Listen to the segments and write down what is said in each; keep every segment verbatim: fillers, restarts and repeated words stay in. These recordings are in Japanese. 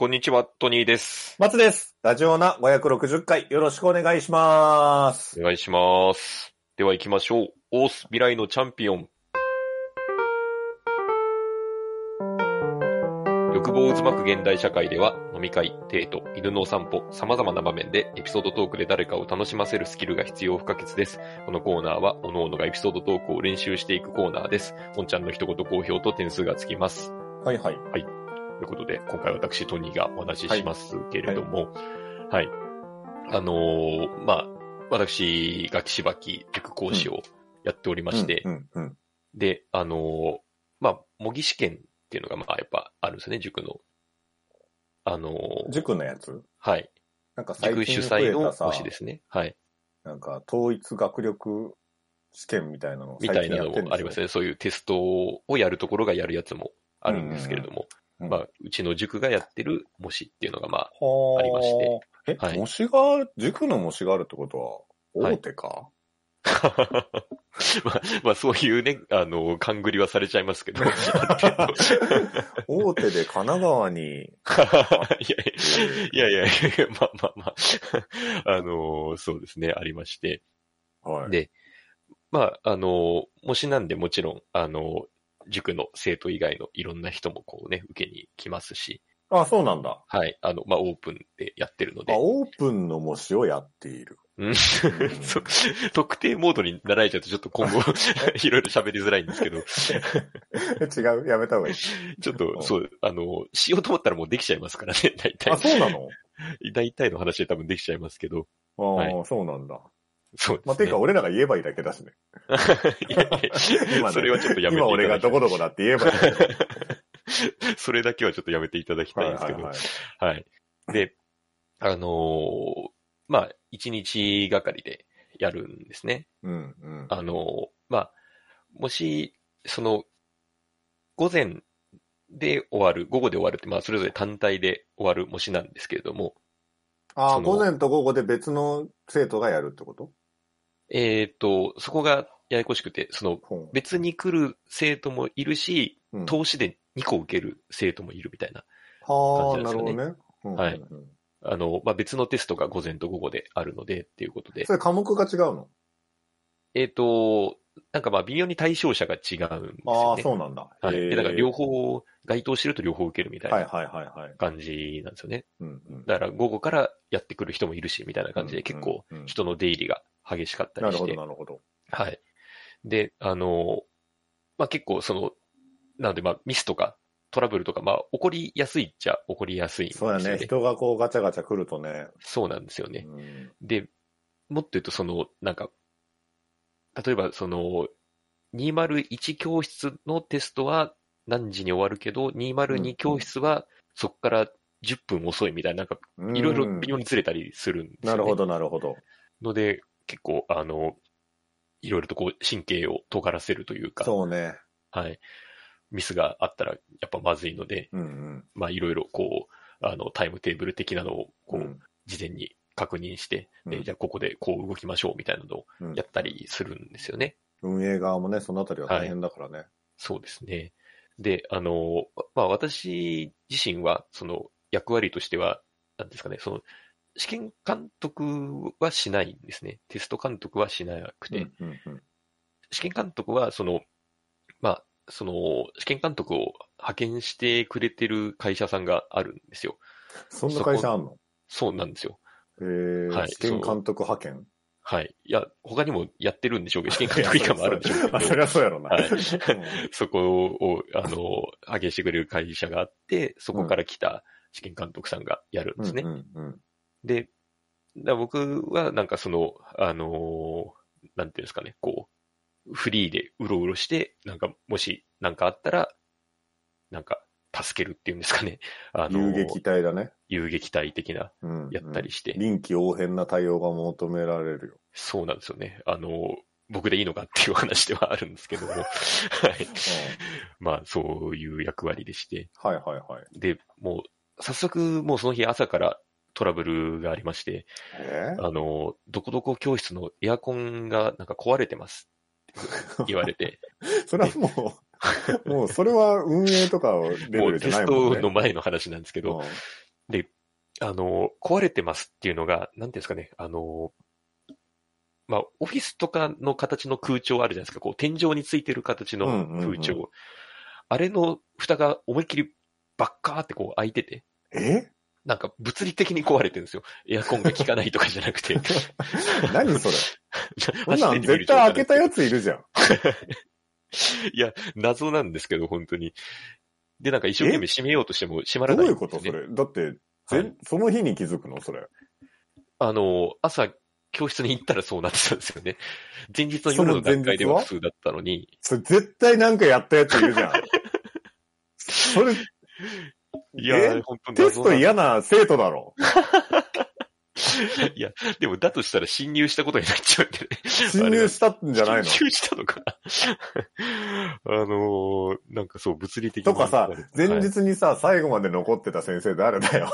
こんにちは、トニーです。 松です。ラジオナごひゃくろくじゅっかいよろしくお願いします。 お願いします。では行きましょう。オース未来のチャンピオン。欲望渦巻く現代社会では、飲み会、デート、犬のお散歩、様々な場面でエピソードトークで誰かを楽しませるスキルが必要不可欠です。このコーナーは、各々がエピソードトークを練習していくコーナーです。おんちゃんの一言好評と点数がつきます。 はいはい。 はい。ということで、今回私、トニーがお話ししますけれども、はい。はい、あのー、まあ、私、ガキしばき塾講師をやっておりまして、 うんうんうんうん、 で、あのー、まあ、模擬試験っていうのが、まあ、やっぱあるんですよね、塾の。あのー、 塾のやつ？ はい。 なんか最近増えたさ、 塾主催の模試ですね。はい。 なんか、統一学力試験みたいなのをみたいなのもありますね。そういうテストをやるところがやるやつもあるんですけれども、うんうんうん、まあ、うちの塾がやってる模試っていうのが、まあ、ありまして。 え、はい、模試がある、塾の模試があるってことは、大手か、 はいまあ、まあ、そういうね、あの、勘繰りはされちゃいますけど。 大手で神奈川に。いやいやいやいや、まあまあまあ、あの、そうですね、ありまして。 はい。 で、まあ、あの、模試なんでもちろん、あの、塾の生徒以外のいろんな人もこうね、受けに来ますし。 あ、そうなんだ。 はい。あの、まあ、オープンでやってるので。 あ、オープンの模試をやっている。 うん、特定モードになられちゃうとちょっと今後いろいろ喋りづらいんですけど違う、やめた方がいい。 ちょっと、そう、あの、しようと思ったらもうできちゃいますからね、大体。 あ、そうなの？ 大体の話で多分できちゃいますけど。 ああ、はい、そうなんだ。 そうですね。 まあ、てか俺らが言えばいいだけだしね。 いやいや今、ね、それはちょっとやめていただきたい。 今俺がどこどこだって言えばいい。 それだけはちょっとやめていただきたいんですけど。はい、はいはい。で、あのー、まあ、一日がかりでやるんですね。 うんうん、 あのー、まあ、もし、その、午前で終わる、午後で終わるって、まあ、それぞれ単体で終わる模試なんですけれども。 ああ、午前と午後で別の生徒がやるってこと？ えっと、そこがややこしくて、その、別に来る生徒もいるし、うん、投資でにこ受ける生徒もいるみたいな感じなんですよね。 はあ、なるほどね。 はい。あの、まあ、別のテストが午前と午後であるのでっていうことで。 それ科目が違うの？ えっと、なんかまあ微妙に対象者が違うんですよね。 ああ、そうなんだ。 はい。で、だから両方、該当してると両方受けるみたいな感じなんですよね。だから午後からやってくる人もいるし、みたいな感じで結構人の出入りが激しかったりして。 なるほど、なるほど。 はい。で、あの、まあ、結構その、なのでまあミスとかトラブルとか、まあ起こりやすいっちゃ起こりやすいんですよね。 そうやね。人がこうガチャガチャ来るとね。 そうなんですよね。うん、で、もっと言うとその、なんか、例えばその、にまるいち教室のテストは何時に終わるけど、にまるに教室はそこからじゅっぷん遅いみたいな、なんか、いろいろ微妙にずれたりするんですよね。 なるほど、なるほど。 ので、結構、あの、いろいろとこう、神経を尖らせるというか。 そうね。 はい。ミスがあったら、やっぱまずいので、うんうん、まあ、いろいろこう、あの、タイムテーブル的なのを、こう、うん、事前に確認して、うん、じゃあここでこう動きましょうみたいなのをやったりするんですよね。 運営側もね、そのあたりは大変だからね、はい。 そうですね。で、あの、まあ、私自身は、その役割としては、なんですかね、その、試験監督はしないんですね。テスト監督はしなくて。うんうんうん、試験監督は、その、まあ、その、試験監督を派遣してくれてる会社さんがあるんですよ。 そんな会社あんの？ そうなんですよ。 へー、はい。試験監督派遣？ はい。いや、他にもやってるんでしょうけど、試験監督以下もあるんでしょうけど。 そりゃそうやろな。はい。 そこを、あの、派遣してくれる会社があって、そこから来た試験監督さんがやるんですね。うんうんうん、で、だ僕はなんかその、あの、なんていうんですかね、こう、フリーでうろうろして、なんかもしなんかあったら、なんか助けるっていうんですかね。 あの遊撃隊だね。 遊撃隊的な、やったりして、 うんうん。臨機応変な対応が求められるよ。 そうなんですよね。あの、僕でいいのかっていう話ではあるんですけども。はい。まあ、そういう役割でして。 はいはいはい。 で、もう、早速、もうその日朝からトラブルがありまして、 えー、 あの、どこどこ教室のエアコンがなんか壊れてますって言われて。 それはもう、もうそれは運営とかレベルじゃないもんね。 もうテストの前の話なんですけど、 で、あの、壊れてますっていうのが、なんていうんですかね、あの、まあ、オフィスとかの形の空調あるじゃないですか、こう、天井についてる形のうんうん空調。 うん。 あれの蓋が思いっきりバッカーってこう開いてて、 えなんか物理的に壊れてるんですよ。エアコンが効かないとかじゃなくて。 何それ。こん初なんめて見る状絶対開けた態なんですけど。 やついるじゃん。 いや、謎なんですけど、本当に。で、なんか一生懸え命閉めようとしても閉まらなどういういんですよね。 ことそれ。だって、 はい。 全その日に気づくのそれ。 あの、朝、教室に行ったらそうなってたんですよね。前日のその夜の段階で前日はは普通だったのに。 それ絶対なんかやったやついるじゃん。それ、 いやえー、本当テスト嫌謎なんです。 な生徒だろ。 いや、でもだとしたら侵入したことになっちゃうんでね。あれなんです。 侵入したんじゃないの侵入したのかな。あのー、なんかそう、物理的とかさ、 に壊れて。 前はい。 日にさ、最後まで残ってた先生誰だよ。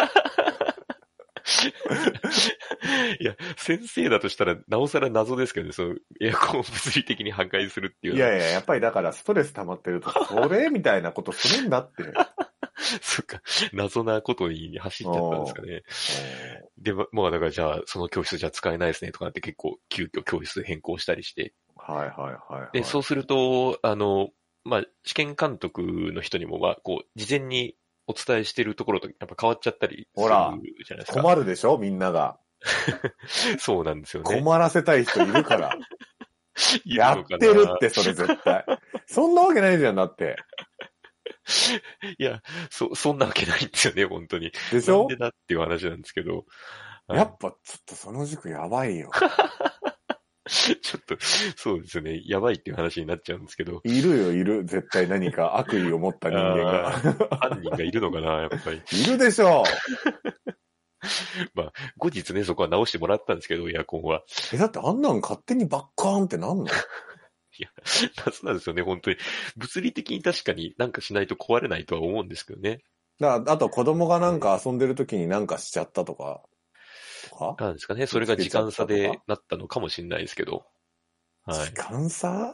いや、先生だとしたら、なおさら謎ですけどね、その、エアコンを物理的に破壊するっていうのは。 いやいや、やっぱりだからストレス溜まってると、それみたいなことするんだって。 そっか、謎なことに走っちゃったんですかね。 おで、まもうだからじゃあ、その教室じゃ使えないですねとかなって結構、急遽教室変更したりして。 はいはいはいで、 はい。 そうすると、あの、まあ、試験監督の人にも、まあ、こう、事前にお伝えしてるところとやっぱ変わっちゃったりするほら、 じゃないですか。 困るでしょみんなが。 そうなんですよね。 困らせたい人いるから。 いるやのかな。 ってるって、それ絶対。そんなわけないじゃん、だって。 いや、そ、そんなわけないんですよね、本当に。 でしょなんでだっていう話なんですけど。はい、 やっぱ、ちょっとその塾やばいよ。 ちょっと、そうですよね。やばいっていう話になっちゃうんですけど。 いるよ、いる。絶対何か悪意を持った人間が。 犯人がいるのかな、やっぱり。 いるでしょまあ、後日ね、そこは直してもらったんですけど、エアコンは。 う。え、だってあんなん勝手にバッカーンってなんのいや、謎なんですよね、本当に。物理的に確かになんかしないと壊れないとは思うんですけどね。 だからあと子供がなんうん。 か遊んでる時になんかしちゃったとか、とかなんですかね、そぶれが時つけちゃっ間差でたとかなったのかもしれないですけど。は時い。 間差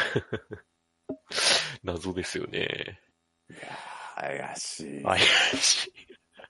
謎ですよね。 いやー、怪しい。 怪しい。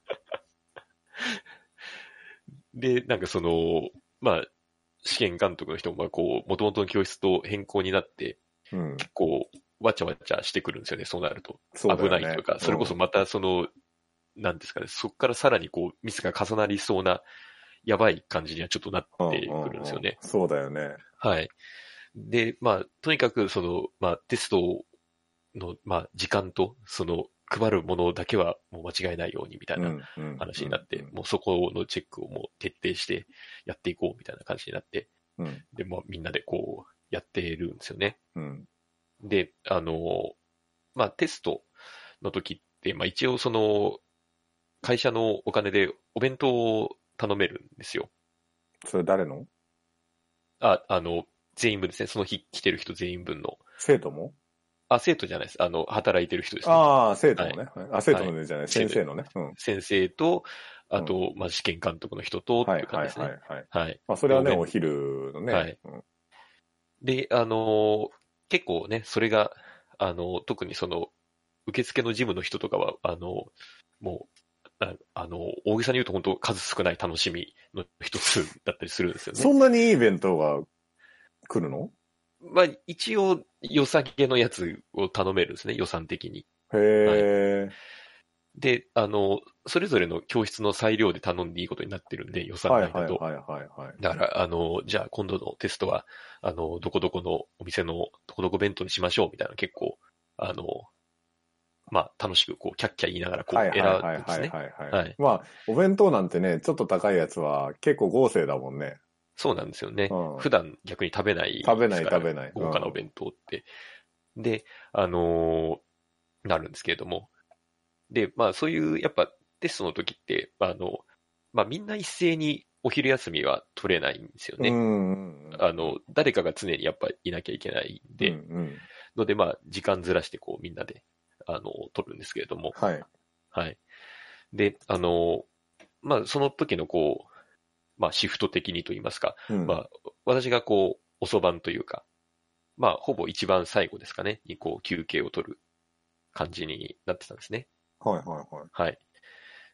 で、なんかその、まあ、試験監督の人も、まあこう、元々の教室と変更になって、 うん。 結構、わちゃわちゃしてくるんですよね、そうなると。危そうだよね。 ないというか、それこそまたその、なんですかね、そこからさらにこう、ミスが重なりそうな、やばい感じにはちょっとなっうんてくうんうん。 るんですよね。 そうだよね。 はい。で、まあ、とにかく、その、まあ、テストの、まあ、時間と、その、配るものだけはもう間違いないようにみたいなうんうん話になって、 うんもうそこのチェックをもう徹底してやっていこうみたいな感じになって、 うん。 で、もみんなでこう、やってるんですよね。 うん。 で、あの、まあ、テストの時って、まあ、一応その、会社のお金でお弁当を頼めるんですよ。 それ誰のあ、あの、全員分ですね。その日来てる人全員分の。 生徒もあ、生徒じゃないです。あの、働いてる人ですね。 ああ、生徒はい。 のね。あ、生徒はい。 のねじゃない、先生徒生のね。うん。 先生と、あうん。 と、まあ、試験監督の人とっていう感じはいはいですね。 はいはい。 はい。 まあそれで、 はね、おお弁、 昼のね。 はい。 うん。 で、あのー結構ね、それが、あの、特にその、受付の事務の人とかは、あの、もう、ああの、大げさに言うと本当数少ない楽しみの一つだったりするんですよね。 そんなにいい弁当が来るのまあ、一応、良さげのやつを頼めるんですね、予算的に。 へはい。 え。 で、あの、それぞれの教室の裁量で頼んでいいことになってるんで、予算はい内だと。 はいはいはいはい。 だから、あの、じゃあ今度のテストは、あの、どこどこのお店のどこどこ弁当にしましょうみたいな結構、あの、まあ、楽しくこう、キャッキャ言いながらこはいう、選はいはいぶんですね。 はいはいはい。 はい。 まあ、お弁当なんてね、ちょっと高いやつは結構豪勢だもんね。 そうなんですよね。 うん。 普段逆に食べない食べないですから、 食べない。 豪華なお弁当って。で、あのーなるんですけれども。で、まあ、そういう、やっぱ、テストの時って、あの、まあ、みんな一斉にお昼休みは取れないんですようん。うね。 んうんあの、誰かが常にやっぱいなきゃいけないんうん。うで、 んうん。 ので、まあ、時間ずらしてこう、みんなで、あの、取るんですけれども。 はい。 はい。で、あの、まあ、その時のこう、まあ、シフト的にと言いますか、 うん。 まあ、私がこう、遅番というか、まあ、ほぼ一番最後ですかね、にこう、休憩を取る感じになってたんですね。 はいはいはい。 はい。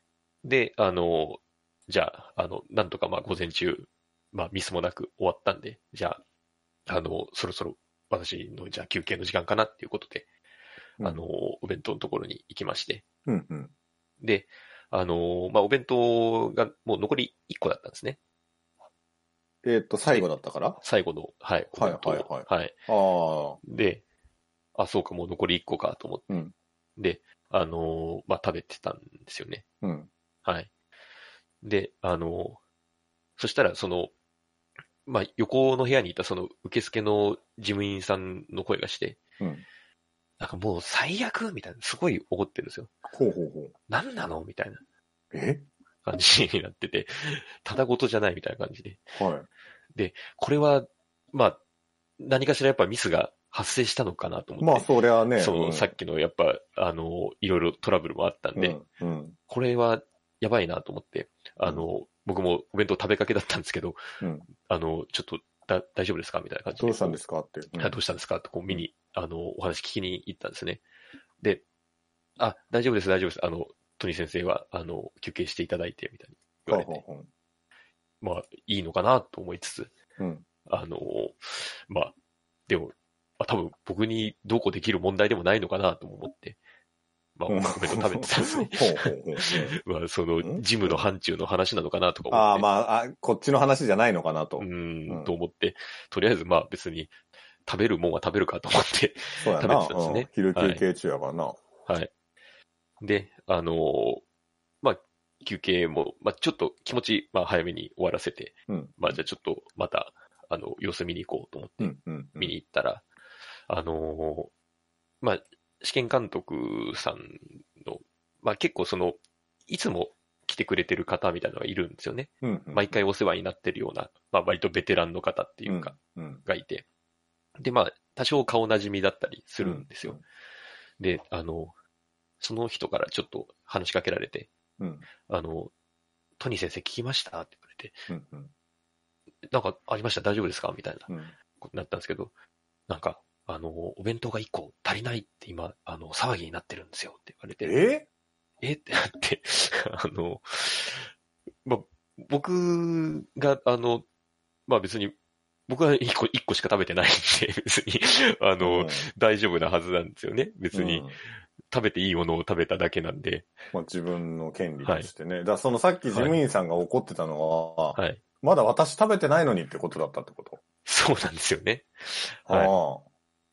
で、あの、じゃあ、あの、なんとかまあ午前中、まあミスもなく終わったんで、じゃあ、あの、そろそろ私のじゃあ休憩の時間かなっていうことで、 うんあの、お弁当のところに行きまして、 うんうん。 で、あの、まあお弁当がもう残りいっこだったんですね。 えっと、最後だったから最後の、はい、おはい弁当。 はいはい。 はい。 ああ。 で、あ、そうか、もう残りいっこかと思って、 うん。 で、あの、まあ食べてたんですよね。 うん。 はい。で、あの、そしたら、その、まあ、横の部屋にいたその受付の事務員さんの声がして、 うん。 なんかもう最悪みたいな、すごい怒ってるんですよ。 ほうほうほう。 何なのみたいなえ感じになってて、ただごとじゃないみたいな感じで。 はい。 で、これは、まあ、何かしらやっぱミスが発生したのかなと思って。 まあ、そりゃね。 その、 うん、 さっきのやっぱ、あの、いろいろトラブルもあったんで、 うん。うん。 これはやばいなと思って、あの、うん、僕もお弁当食べかけだったんですけど、 うん、 あの、ちょっとだ大丈夫ですかみたいな感じで。 どうしたんですかって。 うん、どうしたんですかってこう見に、あの、お話聞きに行ったんですね。で、あ、大丈夫です、大丈夫です。あの、トニー先生は、あの、休憩していただいて、みたいに言われて。はははまあ、いいのかなと思いつつ、 うん、 あの、まあ、でも、あ、多分僕にどうこうできる問題でもないのかなと思って、まあ、お弁当食べてたんですね。まあ、その、ジムの範疇の話なのかなとか思って。 ああ、まああ、こっちの話じゃないのかなと。 うん、うん、と思って、とりあえずまあ別に、食べるもんは食べるかと思って、 そうやな食べてたんですね。うん、 昼休憩中やからな。 はい。はい、で、あのー、まあ、休憩も、まあ、ちょっと気持ち、まあ、早めに終わらせて、 うん、 まあ、じゃあちょっとまた、あの、様子見に行こうと思って、見に行ったら、あのー、まあ、試験監督さんの、まあ、結構その、いつも来てくれてる方みたいなのがいるんですよね。 うんうん、 毎回お世話になってるような、まあ、割とベテランの方っていうか、 うんうん、 がいて。で、まあ、多少顔なじみだったりするんですよ。うんうん、で、あの、その人からちょっと話しかけられて、うん、あの、トニー先生聞きましたって言われて、うんうん、なんかありました大丈夫ですかみたいなことになったんですけど、なんか、あの、お弁当がいっこ足りないって今、あの、騒ぎになってるんですよって言われて、 ええってなって、あの、ま、僕が、あの、まあ別に、僕はいっこ、一個しか食べてないんで、別に、あの、うん、大丈夫なはずなんですよね。別に、うん、食べていいものを食べただけなんで。 まあ自分の権利としてね。はい、だからそのさっき事務員さんが怒ってたのは、はい、まだ私食べてないのにってことだったってこと？ そうなんですよね。はい。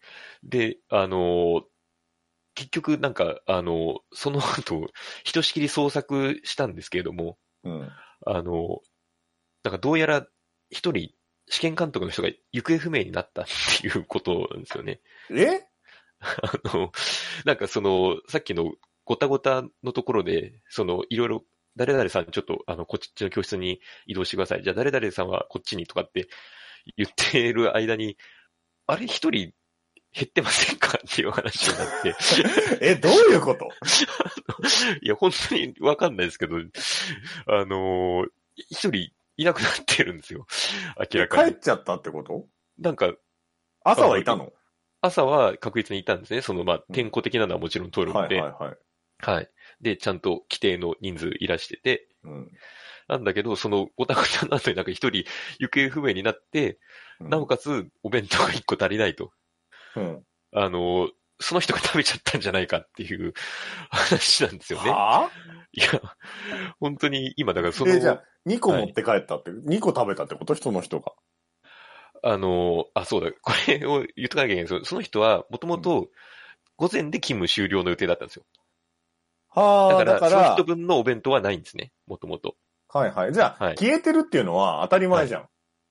で、あの、結局なんか、あの、その後、ひとしきり捜索したんですけれども、うん、あの、なんかどうやら一人、試験監督の人が行方不明になったっていうことなんですよね。 えあの、なんかその、さっきのごたごたのところで、その、いろいろ、誰々さんちょっと、あの、こっちの教室に移動してください。じゃあ誰々さんはこっちにとかって言ってる間に、あれ一人減ってませんかっていう話になって。 え、どういうこといや、本当にわかんないですけど、あの、一人いなくなってるんですよ。明らかに。 帰っちゃったってこと？ なんか、 朝はいたの？ 朝は確実にいたんですね。その、まあ、天候的なのはもちろん取るんで。 うん、はいはいはい。 はい。で、ちゃんと規定の人数いらしてて。うん。なんだけど、その、ごたごたの後になんか一人行方不明になって、うん、なおかつ、お弁当が一個足りないと。うん。あの、その人が食べちゃったんじゃないかっていう話なんですよね。 はぁ？ いや、本当に今だからその。 え、じゃあ、にこ持って帰ったって、はい、にこ食べたってこと？人の人が。 あの、あ、そうだ、これを言っとかなきゃいけないんですけど、その人はもともと午前で勤務終了の予定だったんですよ。 はあ、 だから、その人分のお弁当はないんですね、もともと。 はいはい。じゃあ、はい、消えてるっていうのは当たり前じゃん。はい、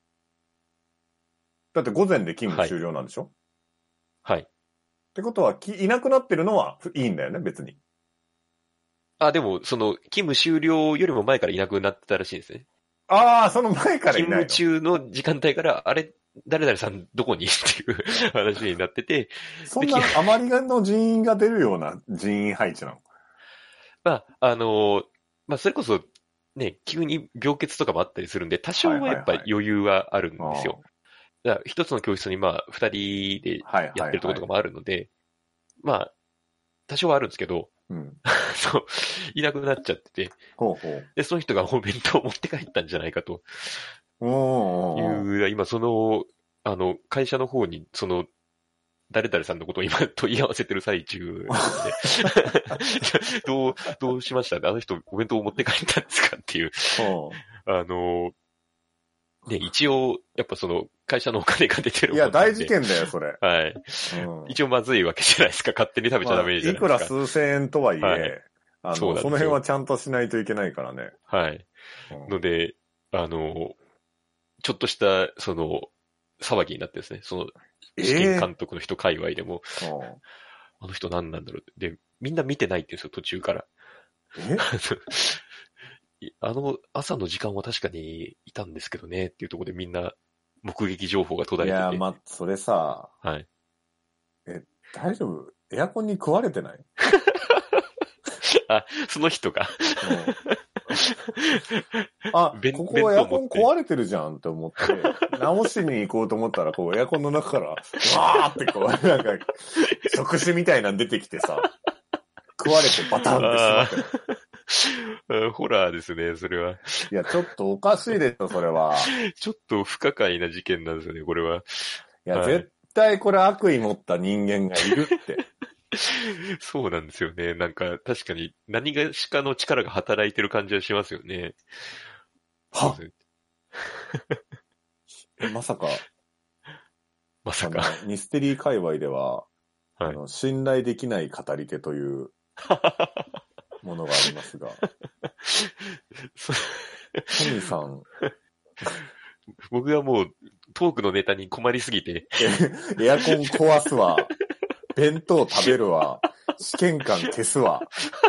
だって午前で勤務終了なんでしょ？ はい。はい、 ってことは、いなくなってるのはいいんだよね、別に。 あ、でも、その、勤務終了よりも前からいなくなってたらしいんですね。 ああ、その前からいないの？ 勤務中の時間帯から、あれ、誰々さんどこにっていう話になってて。 そんなあまりの人員が出るような人員配置なの？ まあ、あの、まあ、それこそ、ね、急に病欠とかもあったりするんで、多少はやっぱり余裕はあるんですよ。はいはいはい、だから一つの教室にまあ、二人でやってるところとかもあるので、はいはいはい、まあ、多少はあるんですけど、 うん、 そう、いなくなっちゃってて。 ほうほう。 で、その人がお弁当を持って帰ったんじゃないかと。 おいう、今その、あの、会社の方に、その、誰々さんのことを今問い合わせてる最中なんで、どう、どうしましたあの人お弁当を持って帰ったんですかっていう。あの、ね、一応、やっぱその、会社のお金が出てるもんなんで。 いや、大事件だよ、それ。 はい。うん、一応まずいわけじゃないですか。勝手に食べちゃダメじゃないですか。 まあ、いくら数千円とはいえ、はい、あの、その辺はちゃんとしないといけないからね。 はい。うん、ので、あの、ちょっとした、その、騒ぎになってですね、その、試験監督の人界隈でも、えー、あの人何なんだろうで、みんな見てないって言うんですよ、途中から。えあの、朝の時間は確かにいたんですけどね、っていうところでみんな目撃情報が途絶えてて。いや、ま、それさ、 はい。 え、大丈夫？エアコンに食われてない？ あ、その人が。 あ、ここエアコン壊れてるじゃんって思って、直しに行こうと思ったら、こうエアコンの中から、わーってこう、なんか、触手みたいなの出てきてさ、食われてバタンってしまってる。ホラーですね、それは。 いや、ちょっとおかしいでしょ、それは。 ちょっと不可解な事件なんですよね、これは。 いや、はい、絶対これ悪意持った人間がいるって。 そうなんですよね。なんか、確かに何がしかの力が働いてる感じはしますよね。 はまさか。 まさか。 ミステリー界隈では、はい、あの信頼できない語り手というものがありますが。トミーさん。 僕はもうトークのネタに困りすぎて。 エアコン壊すわ。弁当食べるわ。試験官消すわ。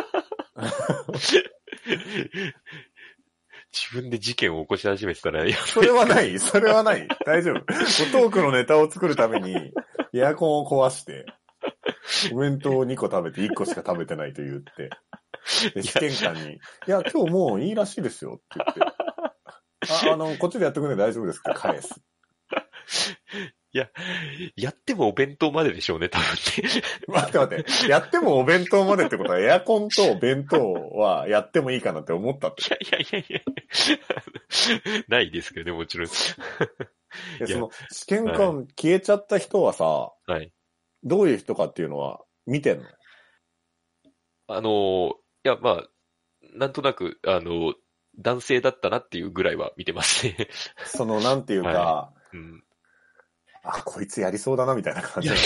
自分で事件を起こし始めてたら、 それはないそれはない大丈夫トークのネタを作るために、エアコンを壊して、お弁当をにこ食べていっこしか食べてないと言って、で試験官に、いや、今日もういいらしいですよって言って、あ、あの、こっちでやってくれ大丈夫ですか返す。 いや、やってもお弁当まででしょうね、多分ね。 待って待って。やってもお弁当までってことは、エアコンと弁当はやってもいいかなって思ったって。 いやいやいやいや。ないですけどね、もちろん。いやその、試験官消えちゃった人はさ、 はい、 どういう人かっていうのは見てんの？ あの、いや、まあ、なんとなく、あの、男性だったなっていうぐらいは見てますね。 その、なんていうか、はいうん、あ、こいつやりそうだなみたいな感じなの。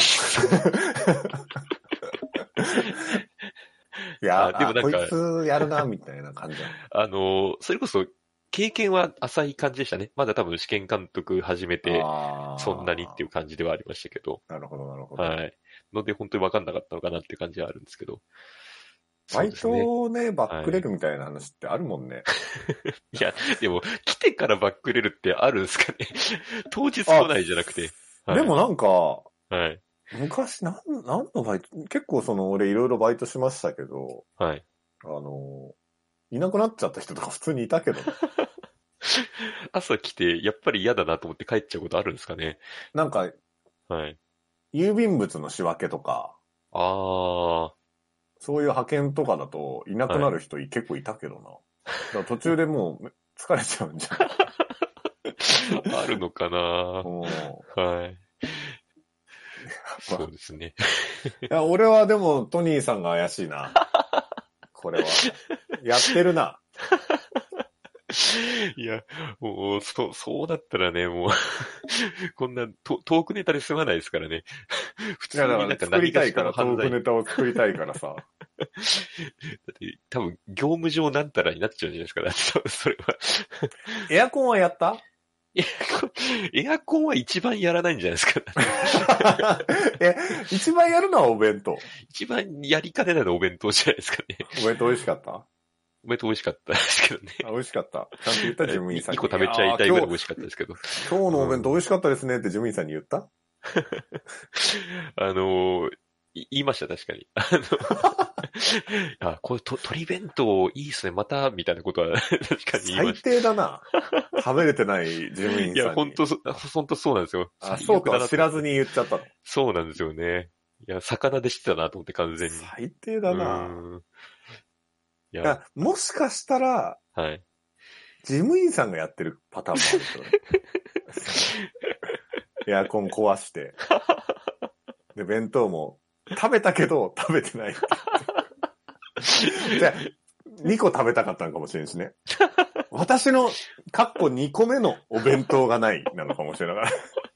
いや、でもなんか、こいつやるなみたいな感じなの。 あの、それこそ、経験は浅い感じでしたね。まだ多分試験監督始めて、そんなにっていう感じではありましたけど。 なるほど、なるほど。 はい。ので、本当に分かんなかったのかなっていう感じはあるんですけど。 バイトをね、バックれるみたいな話ってあるもんね。 いや、でも、来てからバックれるってあるんですかね。当日来ないじゃなくて。 はい、でもなんか、 はい。 昔、なん、なんのバイト、結構その、俺いろいろバイトしましたけど、 はい。 あの、いなくなっちゃった人とか普通にいたけど、ね、 朝来て、やっぱり嫌だなと思って帰っちゃうことあるんですかね。 なんか、 はい。 郵便物の仕分けとか、 ああ。 そういう派遣とかだと、いなくなる人、はい、結構いたけどな。だから途中でもう、疲れちゃうんじゃん。 あるのかなはい。そうですね。 いや、俺はでも、トニーさんが怪しいな。これは。やってるな。 いや、もう、そ、そうだったらね、もう、こんなト、トークネタで済まないですからね。普通になんか作りたいから、トークネタを作りたいからさ。 だって多分、業務上なんたらになっちゃうんじゃないですか。だってそれは。 エアコンはやった？ エアコン、エアコンは一番やらないんじゃないですか。 え、一番やるのはお弁当。 一番やりかねないのはお弁当じゃないですかね。 お弁当美味しかった？ お弁当美味しかったですけどね。 あ、美味しかった。ちゃんと言った事務員さんに。 にこ食べちゃいたいぐらい美味しかったですけど。 今日のお弁当美味しかったですねって事務員さんに言った？ あのー、言いました、確かに。あの、あ、これ、と、鶏弁当いいっすね、また、みたいなことは、確かに言いました。 最低だな。食べれてない事務員さんに。いや、ほんと、ほんとそうなんですよ。 あ、そうとは知らずに言っちゃったの。 そうなんですよね。 いや、魚でしてたなと思って完全に。 最低だな。 うんいいや、 や、もしかしたら、 はい。 事務員さんがやってるパターンもあるけどね。エアコン壊して。で、弁当も食べたけど食べてないって言って。じゃあ、にこ食べたかったのかもしれんしね。私の、かっこにこめのお弁当がないなのかもしれない。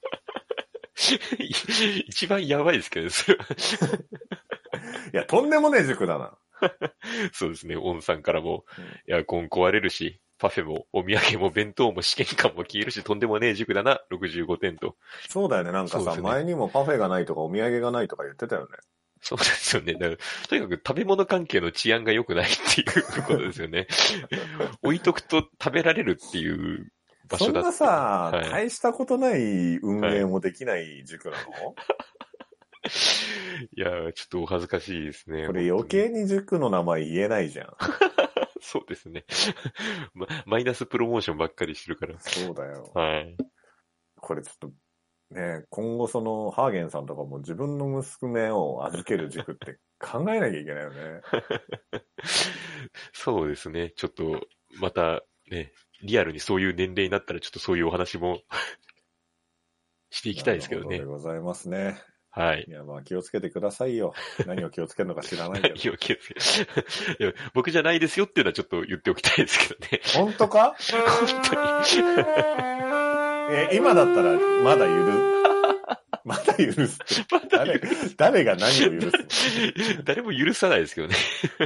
一番やばいですけどね、それは。 いや、とんでもねえ塾だな。 そうですね、オンさんからも、エアコン壊れるし、パフェもお土産も弁当も試験官も消えるし、とんでもねえ塾だな、ろくじゅうごてんと。 そうだよね、なんかさ、 そうですね前にもパフェがないとかお土産がないとか言ってたよね。 そうですよね。だからとにかく食べ物関係の治安が良くないっていうことですよね。置いとくと食べられるっていう場所だって。 そんなさ、 はい、 大したことない運営もできない塾なの、 はい、いやー、ちょっとお恥ずかしいですね。 これ余計に塾の名前言えないじゃん。 そうですね、ま。マイナスプロモーションばっかりしてるから。 そうだよ。 はい。 これちょっと、ね、今後その、ハーゲンさんとかも自分の娘を預ける塾って考えなきゃいけないよね。 そうですね。ちょっと、また、ね、リアルにそういう年齢になったらちょっとそういうお話もしていきたいですけどね。 なるほどでございますね。 はい。 いや、まあ気をつけてくださいよ。何を気をつけるのか知らないけど。 何を気をつけいや僕じゃないですよっていうのはちょっと言っておきたいですけどね。 本当か本当に。 え、今だったらまだ許まだ許すって。誰、誰が何を許す誰も許さないですけどね。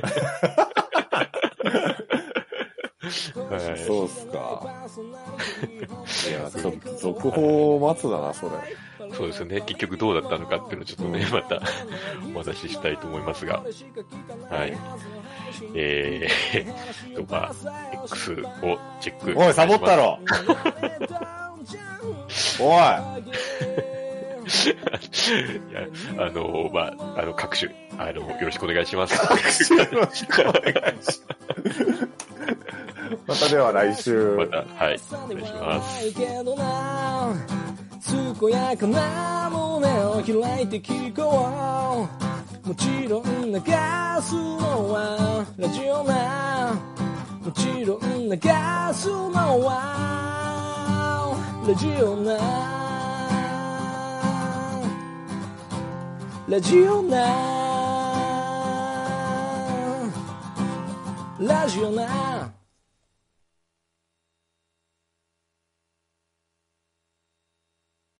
はい、そうっすか。いや、ちょっと続報を待つだな、それ。 そうですよね。結局どうだったのかっていうのをちょっとね、またお話ししたいと思いますが。はい。えー、と、まあ、X をチェック。 おい、サボったろおいいや、あの、まあ、あの、各種、あの、よろしくお願いします。 よろしくお願いします。またでは来週。 また、はい、お願いします。 健やかな胸を開いて聞こう。もちろん流すのはラジオな。もちろん流すのはラジオな。ラジオな。ラジオな。